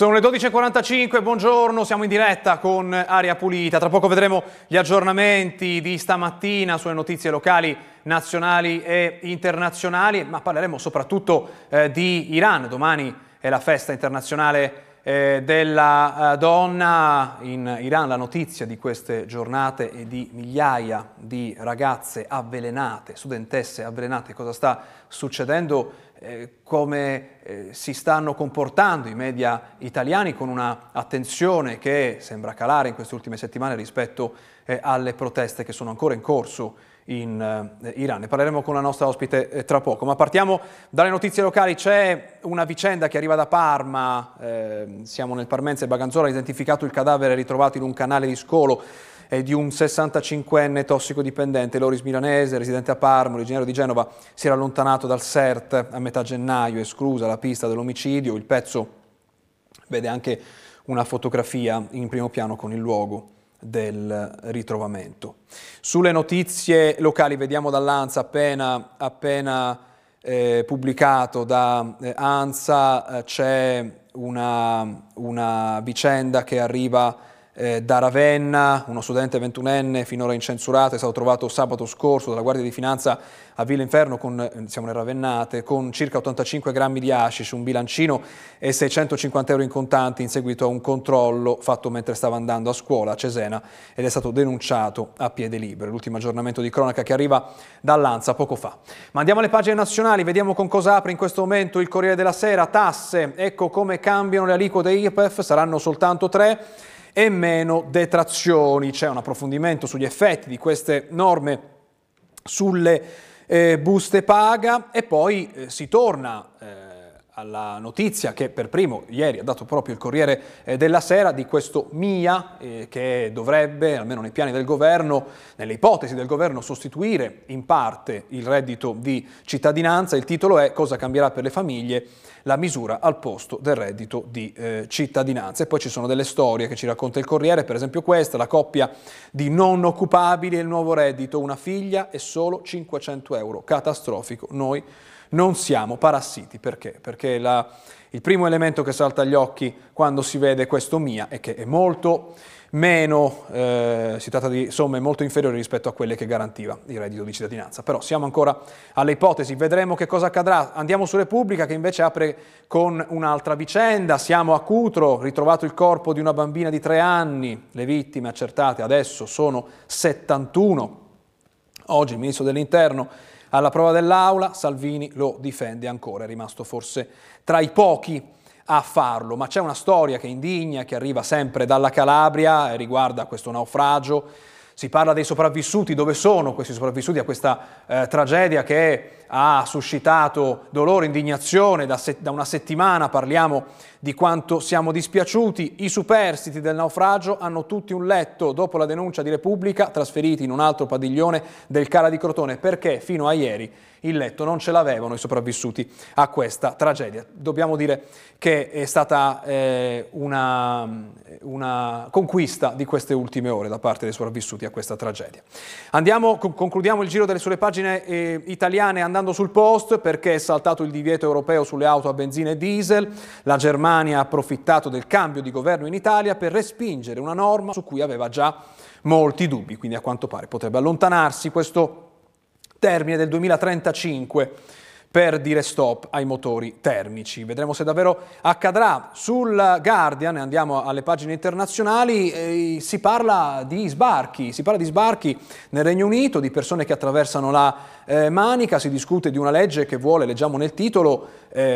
Sono le 12:45, buongiorno, siamo in diretta con Aria Pulita. Tra poco vedremo gli aggiornamenti di stamattina sulle notizie locali, nazionali e internazionali, ma parleremo soprattutto di Iran. Domani è la festa internazionale della donna. In Iran la notizia di queste giornate e di migliaia di ragazze avvelenate, studentesse avvelenate. Cosa sta succedendo? Come si stanno comportando i media italiani, con una attenzione che sembra calare in queste ultime settimane rispetto alle proteste che sono ancora in corso in Iran. Ne parleremo con la nostra ospite tra poco, ma partiamo dalle notizie locali. C'è una vicenda che arriva da Parma, siamo nel Parmense Baganzola, identificato il cadavere ritrovato in un canale di scolo di un 65enne tossicodipendente. Loris Milanese, residente a Parma, originario di Genova, si era allontanato dal CERT a metà gennaio, esclusa la pista dell'omicidio. Il pezzo vede anche una fotografia in primo piano con il luogo del ritrovamento. Sulle notizie locali vediamo dall'ANSA, appena pubblicato da ANSA, c'è una vicenda che arriva da Ravenna. Uno studente 21enne, finora incensurato, è stato trovato sabato scorso dalla Guardia di Finanza a Villa Inferno, siamo nel Ravennate, con circa 85 grammi di hashish, un bilancino e 650 euro in contanti, in seguito a un controllo fatto mentre stava andando a scuola a Cesena, ed è stato denunciato a piede libero. L'ultimo aggiornamento di cronaca che arriva dall'ANSA poco fa. Ma andiamo alle pagine nazionali, vediamo con cosa apre in questo momento il Corriere della Sera. Tasse, ecco come cambiano le aliquote IRPEF, saranno soltanto 3 e meno detrazioni. C'è un approfondimento sugli effetti di queste norme sulle buste paga e poi si torna alla notizia che per primo ieri ha dato proprio il Corriere della Sera, di questo MIA che dovrebbe, almeno nei piani del governo, nelle ipotesi del governo, sostituire in parte il reddito di cittadinanza. Il titolo è: cosa cambierà per le famiglie la misura al posto del reddito di cittadinanza. E poi ci sono delle storie che ci racconta il Corriere, per esempio questa: la coppia di non occupabili e il nuovo reddito, una figlia e solo 500 euro, catastrofico. Noi non siamo parassiti. Perché? Perché il primo elemento che salta agli occhi quando si vede questo MIA è che è molto meno, si tratta di somme molto inferiori rispetto a quelle che garantiva il reddito di cittadinanza. Però siamo ancora alle ipotesi, vedremo che cosa accadrà. Andiamo su Repubblica, che invece apre con un'altra vicenda. Siamo a Cutro, ritrovato il corpo di una bambina di 3 anni, le vittime accertate adesso sono 71. Oggi il ministro dell'Interno alla prova dell'Aula, Salvini lo difende ancora, è rimasto forse tra i pochi a farlo, ma c'è una storia che indigna, che arriva sempre dalla Calabria e riguarda questo naufragio. Si parla dei sopravvissuti. Dove sono questi sopravvissuti a questa tragedia che ha suscitato dolore, indignazione? Da una settimana parliamo di quanto siamo dispiaciuti. I superstiti del naufragio hanno tutti un letto dopo la denuncia di Repubblica, trasferiti in un altro padiglione del CARA di Crotone, perché fino a ieri il letto non ce l'avevano i sopravvissuti a questa tragedia. Dobbiamo dire che è stata una conquista di queste ultime ore da parte dei sopravvissuti a questa tragedia. Concludiamo il giro sulle pagine italiane andando sul Post, perché è saltato il divieto europeo sulle auto a benzina e diesel. La Germania ha approfittato del cambio di governo in Italia per respingere una norma su cui aveva già molti dubbi, quindi a quanto pare potrebbe allontanarsi questo termine del 2035 per dire stop ai motori termici. Vedremo se davvero accadrà. Sul Guardian, andiamo alle pagine internazionali, si parla di sbarchi nel Regno Unito, di persone che attraversano la Manica. Si discute di una legge che vuole, leggiamo nel titolo,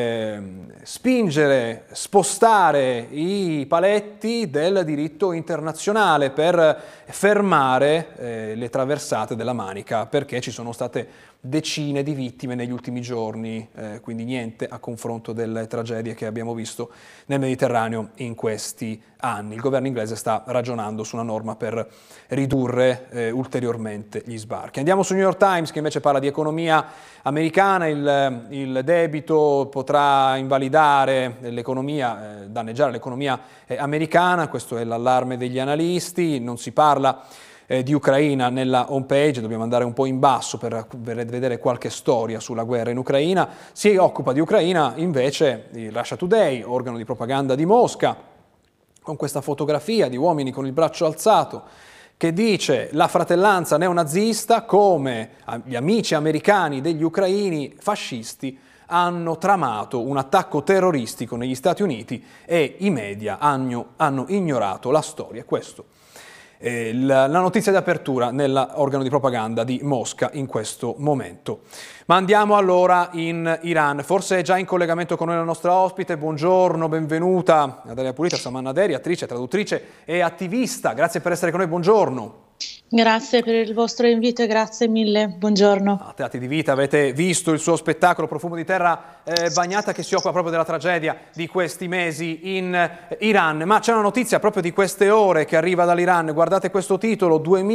spostare i paletti del diritto internazionale per fermare le traversate della Manica, perché ci sono state decine di vittime negli ultimi giorni, quindi niente a confronto delle tragedie che abbiamo visto nel Mediterraneo in questi anni. Il governo inglese sta ragionando su una norma per ridurre ulteriormente gli sbarchi. Andiamo su New York Times, che invece parla di economia americana. Il debito potrà invalidare l'economia, danneggiare l'economia americana. Questo è l'allarme degli analisti. Non si parla di Ucraina nella home page, dobbiamo andare un po' in basso per vedere qualche storia sulla guerra in Ucraina. Si occupa di Ucraina invece il Russia Today, organo di propaganda di Mosca, con questa fotografia di uomini con il braccio alzato che dice: la fratellanza neonazista, come gli amici americani degli ucraini fascisti hanno tramato un attacco terroristico negli Stati Uniti e i media hanno ignorato la storia. Questo è la notizia di apertura nell'organo di propaganda di Mosca in questo momento. Ma andiamo allora in Iran. Forse è già in collegamento con noi la nostra ospite. Buongiorno, benvenuta ad Aria Pulita, Saman Aderi, attrice, traduttrice e attivista. Grazie per essere con noi, buongiorno. Grazie per il vostro invito e grazie mille, buongiorno. A Teatri di Vita avete visto il suo spettacolo Profumo di terra bagnata, che si occupa proprio della tragedia di questi mesi in Iran, ma c'è una notizia proprio di queste ore che arriva dall'Iran. Guardate questo titolo: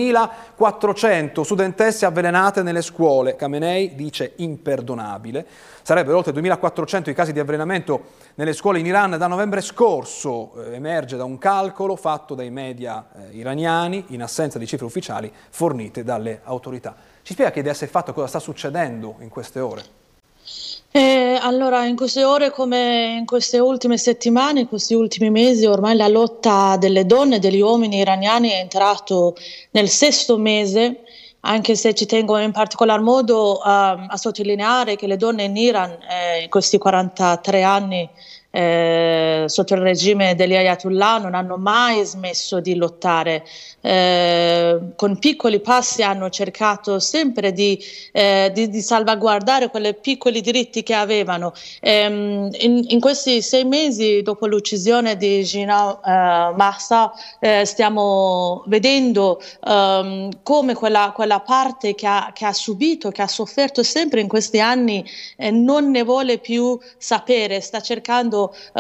2400 studentesse avvelenate nelle scuole. Khamenei dice imperdonabile. Sarebbero oltre 2400 i casi di avvelenamento nelle scuole in Iran da novembre scorso, emerge da un calcolo fatto dai media iraniani in assenza di cifre ufficiali fornite dalle autorità. Ci spiega che idea si è fatto, cosa sta succedendo in queste ore? Allora, in queste ore, come in queste ultime settimane, in questi ultimi mesi, ormai la lotta delle donne e degli uomini iraniani è entrato nel 6° mese, anche se ci tengo in particolar modo a sottolineare che le donne in Iran in questi 43 anni sotto il regime degli Ayatollah non hanno mai smesso di lottare. Con piccoli passi hanno cercato sempre di salvaguardare quei piccoli diritti che avevano. In questi 6 mesi, dopo l'uccisione di Jina Mahsa, stiamo vedendo come quella parte che ha subito, che ha sofferto sempre in questi anni, non ne vuole più sapere, sta cercando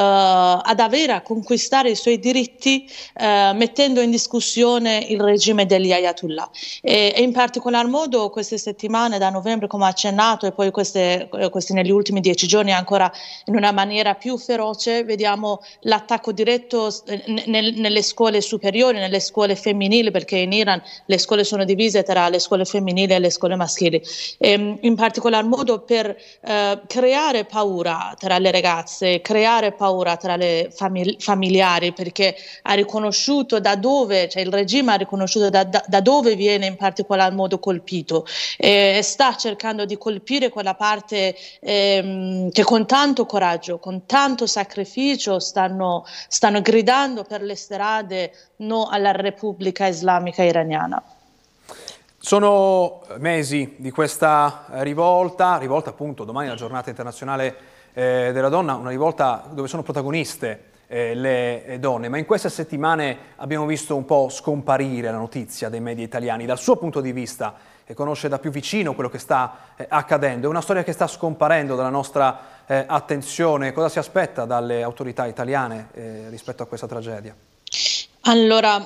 a conquistare i suoi diritti, mettendo in discussione il regime degli Ayatollah. E in particolar modo queste settimane, da novembre come accennato, e poi questi negli ultimi 10 giorni ancora in una maniera più feroce, vediamo l'attacco diretto nelle scuole superiori, nelle scuole femminili, perché in Iran le scuole sono divise tra le scuole femminili e le scuole maschili, in particolar modo per creare paura tra le ragazze, creare paura tra le familiari, perché ha riconosciuto da dove, cioè il regime ha riconosciuto da dove viene in particolar modo colpito, e sta cercando di colpire quella parte che con tanto coraggio, con tanto sacrificio stanno gridando per le strade no alla Repubblica Islamica Iraniana. Sono mesi di questa rivolta appunto, domani è la giornata internazionale della donna, una rivolta dove sono protagoniste le donne, ma in queste settimane abbiamo visto un po' scomparire la notizia dei media italiani. Dal suo punto di vista, che conosce da più vicino quello che sta accadendo, è una storia che sta scomparendo dalla nostra attenzione. Cosa si aspetta dalle autorità italiane rispetto a questa tragedia? Allora,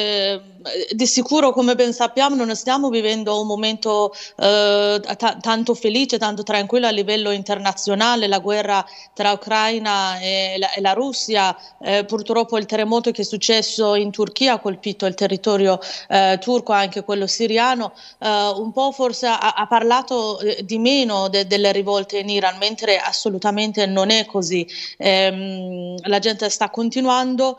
di sicuro, come ben sappiamo, non stiamo vivendo un momento tanto felice, tanto tranquillo a livello internazionale. La guerra tra Ucraina e la Russia, purtroppo il terremoto che è successo in Turchia ha colpito il territorio turco, anche quello siriano. Un po' forse ha parlato di meno delle rivolte in Iran, mentre assolutamente non è così. La gente sta continuando.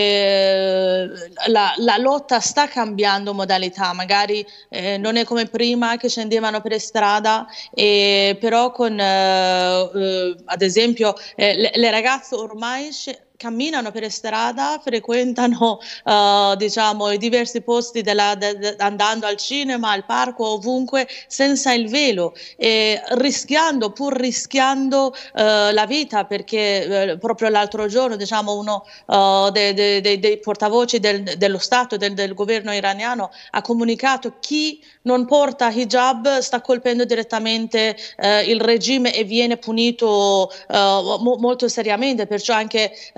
La lotta sta cambiando modalità, magari non è come prima che scendevano per strada, però con ad esempio le ragazze ormai camminano per strada, frequentano diciamo i diversi posti andando al cinema, al parco, ovunque senza il velo, e pur rischiando la vita, perché proprio l'altro giorno diciamo uno dei portavoci dello Stato, del governo iraniano, ha comunicato: chi non porta hijab sta colpendo direttamente il regime e viene punito molto seriamente. Perciò anche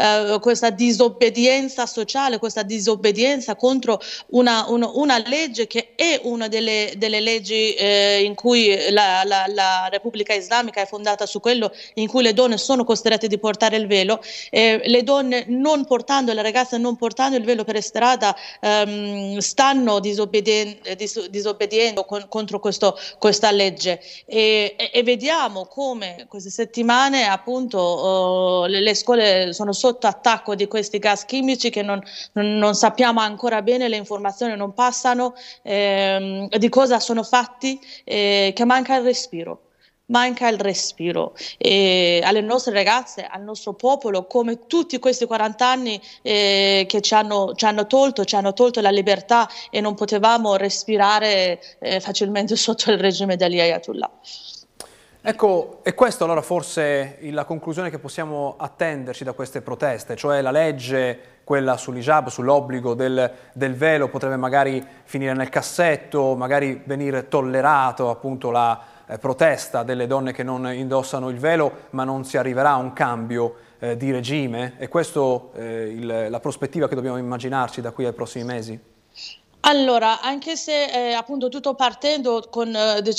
questa disobbedienza sociale, questa disobbedienza contro una legge che è una delle leggi in cui la Repubblica Islamica è fondata su quello, in cui le donne sono costrette di portare il velo. Le donne non portando, le ragazze non portando il velo per strada stanno disobbediendo contro questa legge, e vediamo come queste settimane appunto le scuole sono sotto attacco di questi gas chimici che non sappiamo ancora bene, le informazioni non passano di cosa sono fatti, che manca il respiro. Manca il respiro, e alle nostre ragazze, al nostro popolo, come tutti questi 40 anni che ci hanno tolto la libertà e non potevamo respirare facilmente sotto il regime degli Ayatollah. Ecco, e questo allora forse la conclusione che possiamo attenderci da queste proteste, cioè la legge, quella sull'hijab, sull'obbligo del velo, potrebbe magari finire nel cassetto, magari venire tollerato appunto la protesta delle donne che non indossano il velo, ma non si arriverà a un cambio di regime? È questa la prospettiva che dobbiamo immaginarci da qui ai prossimi mesi? Allora, anche se appunto tutto partendo con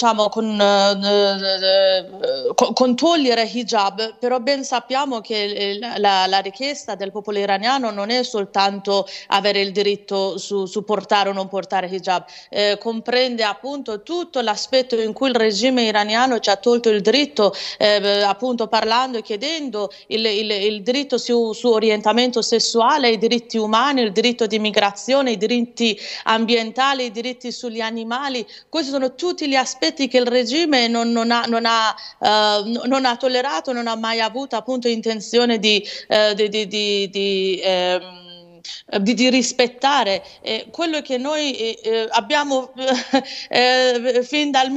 togliere hijab, però ben sappiamo che la richiesta del popolo iraniano non è soltanto avere il diritto su portare o non portare hijab, comprende appunto tutto l'aspetto in cui il regime iraniano ci ha tolto il diritto, appunto parlando e chiedendo il diritto su orientamento sessuale, i diritti umani, il diritto di immigrazione, i diritti ambientali, i diritti sugli animali. Questi sono tutti gli aspetti che il regime non ha tollerato, non ha mai avuto appunto intenzione di rispettare. Quello che noi abbiamo fin dal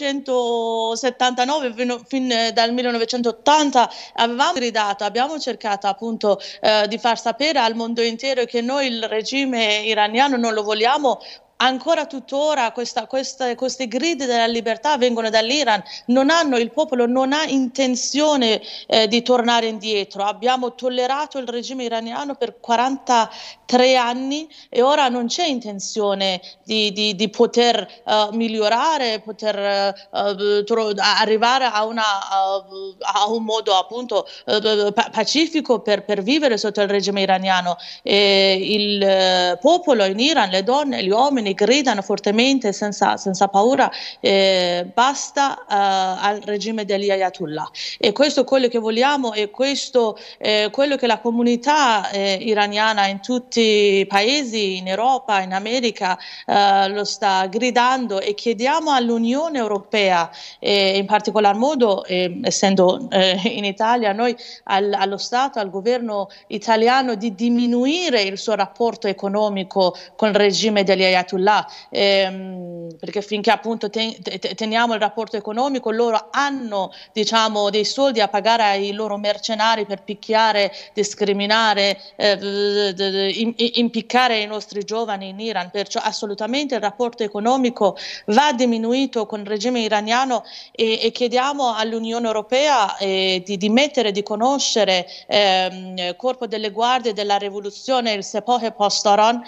1979, fin dal 1980 avevamo gridato, abbiamo cercato appunto di far sapere al mondo intero che noi il regime iraniano non lo vogliamo. Ancora tuttora queste grida della libertà vengono dall'Iran, il popolo non ha intenzione di tornare indietro. Abbiamo tollerato il regime iraniano per 43 anni e ora non c'è intenzione di poter migliorare, poter arrivare a un modo appunto pacifico per vivere sotto il regime iraniano. Il popolo in Iran, le donne, gli uomini gridano fortemente senza paura, basta al regime degli Ayatollah. E questo è quello che vogliamo, e questo è quello che la comunità iraniana in tutti i paesi, in Europa, in America, lo sta gridando, e chiediamo all'Unione Europea, in particolar modo, essendo in Italia, noi allo Stato, al governo italiano, di diminuire il suo rapporto economico con il regime degli Ayatollah. Perché finché appunto teniamo il rapporto economico, loro hanno dei soldi a pagare ai loro mercenari per picchiare, discriminare, impiccare i nostri giovani in Iran. Perciò assolutamente il rapporto economico va diminuito con il regime iraniano, e chiediamo all'Unione Europea di mettere, di conoscere Corpo delle Guardie della Rivoluzione, il Sepah Pastaran,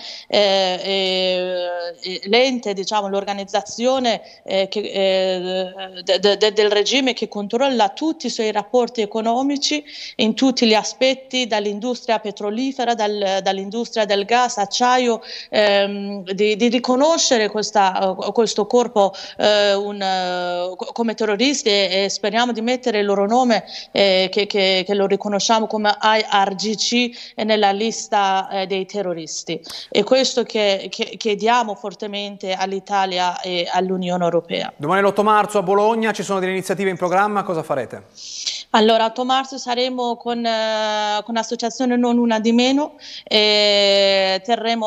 l'ente, l'organizzazione del regime che controlla tutti i suoi rapporti economici in tutti gli aspetti, dall'industria petrolifera, dall'industria del gas, acciaio, di riconoscere questo corpo come terroristi, e speriamo di mettere il loro nome, che lo riconosciamo come IRGC nella lista dei terroristi. E questo che chiediamo fortemente all'Italia e all'Unione Europea. Domani l'8 marzo a Bologna ci sono delle iniziative in programma, cosa farete? Allora, 8 marzo saremo con l'associazione Non Una di Meno, e terremo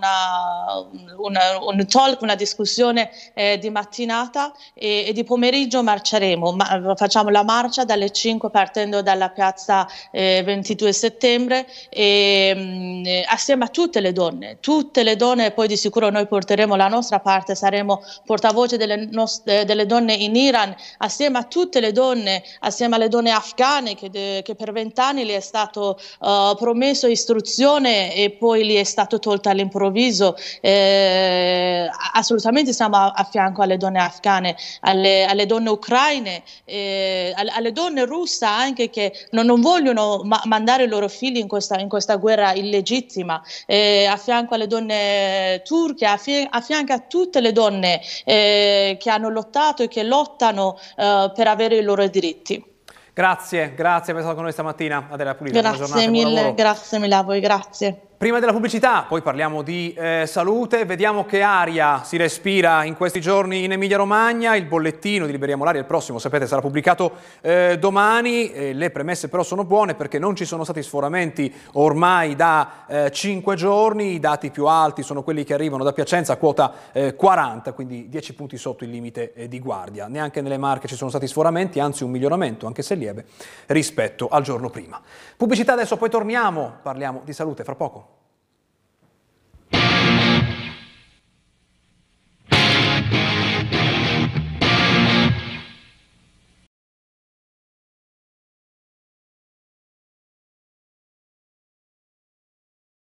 un talk, una discussione di mattinata, e di pomeriggio marceremo. Facciamo la marcia dalle 5 partendo dalla piazza 22 settembre, assieme a tutte le donne, e poi di sicuro noi porteremo la nostra parte, saremo portavoce delle donne in Iran, assieme a tutte le donne, assieme alle donne afghane che per 20 anni le è stato promesso istruzione e poi gli è stato tolta all'improvviso. Assolutamente siamo a fianco alle donne afghane, alle donne ucraine, alle donne russe anche, che non vogliono mandare i loro figli in questa guerra illegittima, a fianco alle donne turche, a fianco a tutte le donne che hanno lottato e che lottano per avere i loro diritti. Grazie per essere stato con noi stamattina, Adela Pulita. Grazie mille a voi, grazie. Prima della pubblicità, poi parliamo di salute, vediamo che aria si respira in questi giorni in Emilia-Romagna. Il bollettino di Liberiamo l'Aria, il prossimo, sapete, sarà pubblicato domani. Le premesse però sono buone, perché non ci sono stati sforamenti ormai da 5 giorni. I dati più alti sono quelli che arrivano da Piacenza, a quota 40, quindi 10 punti sotto il limite di guardia. Neanche nelle Marche ci sono stati sforamenti, anzi un miglioramento, anche se lieve, rispetto al giorno prima. Pubblicità adesso, poi torniamo, parliamo di salute fra poco.